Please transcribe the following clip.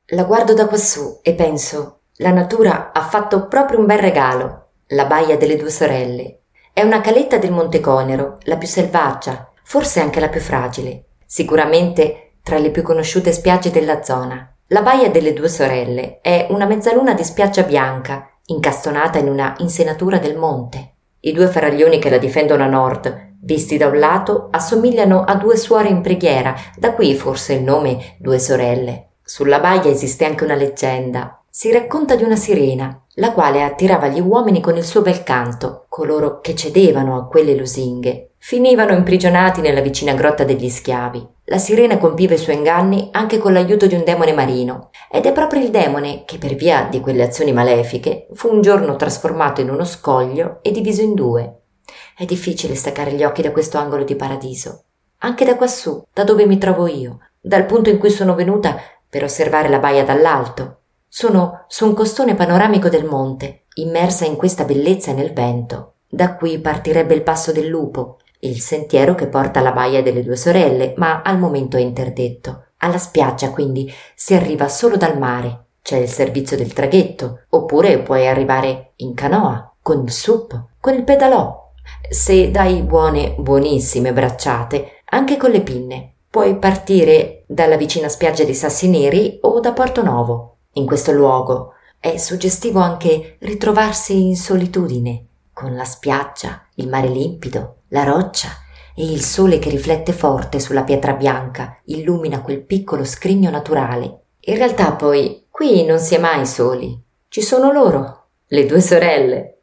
La guardo da quassù e penso, la natura ha fatto proprio un bel regalo, la baia delle due sorelle. È una caletta del Monte Conero, la più selvaggia, forse anche la più fragile, sicuramente tra le più conosciute spiagge della zona. La baia delle due sorelle è una mezzaluna di spiaggia bianca, incastonata in una insenatura del monte. I due faraglioni che la difendono a nord, visti da un lato, assomigliano a due suore in preghiera, da qui forse il nome Due Sorelle. Sulla baia esiste anche una leggenda. Si racconta di una sirena, la quale attirava gli uomini con il suo bel canto. Coloro che cedevano a quelle lusinghe finivano imprigionati nella vicina grotta degli schiavi. La sirena compiva i suoi inganni anche con l'aiuto di un demone marino, ed è proprio il demone che, per via di quelle azioni malefiche, fu un giorno trasformato in uno scoglio e diviso in due. È difficile staccare gli occhi da questo angolo di paradiso, anche da quassù, da dove mi trovo io, dal punto in cui sono venuta per osservare la baia dall'alto. Sono su un costone panoramico del monte, immersa in questa bellezza e nel vento. Da qui partirebbe il Passo del Lupo, il sentiero che porta alla baia delle due sorelle, ma al momento è interdetto. Alla spiaggia, quindi, si arriva solo dal mare. C'è il servizio del traghetto, oppure puoi arrivare in canoa, con il SUP, con il pedalò. Se dai buonissime bracciate, anche con le pinne. Puoi partire dalla vicina spiaggia di Sassi Neri o da Porto Novo. In questo luogo è suggestivo anche ritrovarsi in solitudine, con la spiaggia, il mare limpido, la roccia e il sole che riflette forte sulla pietra bianca, illumina quel piccolo scrigno naturale. In realtà poi qui non si è mai soli. Ci sono loro, le due sorelle.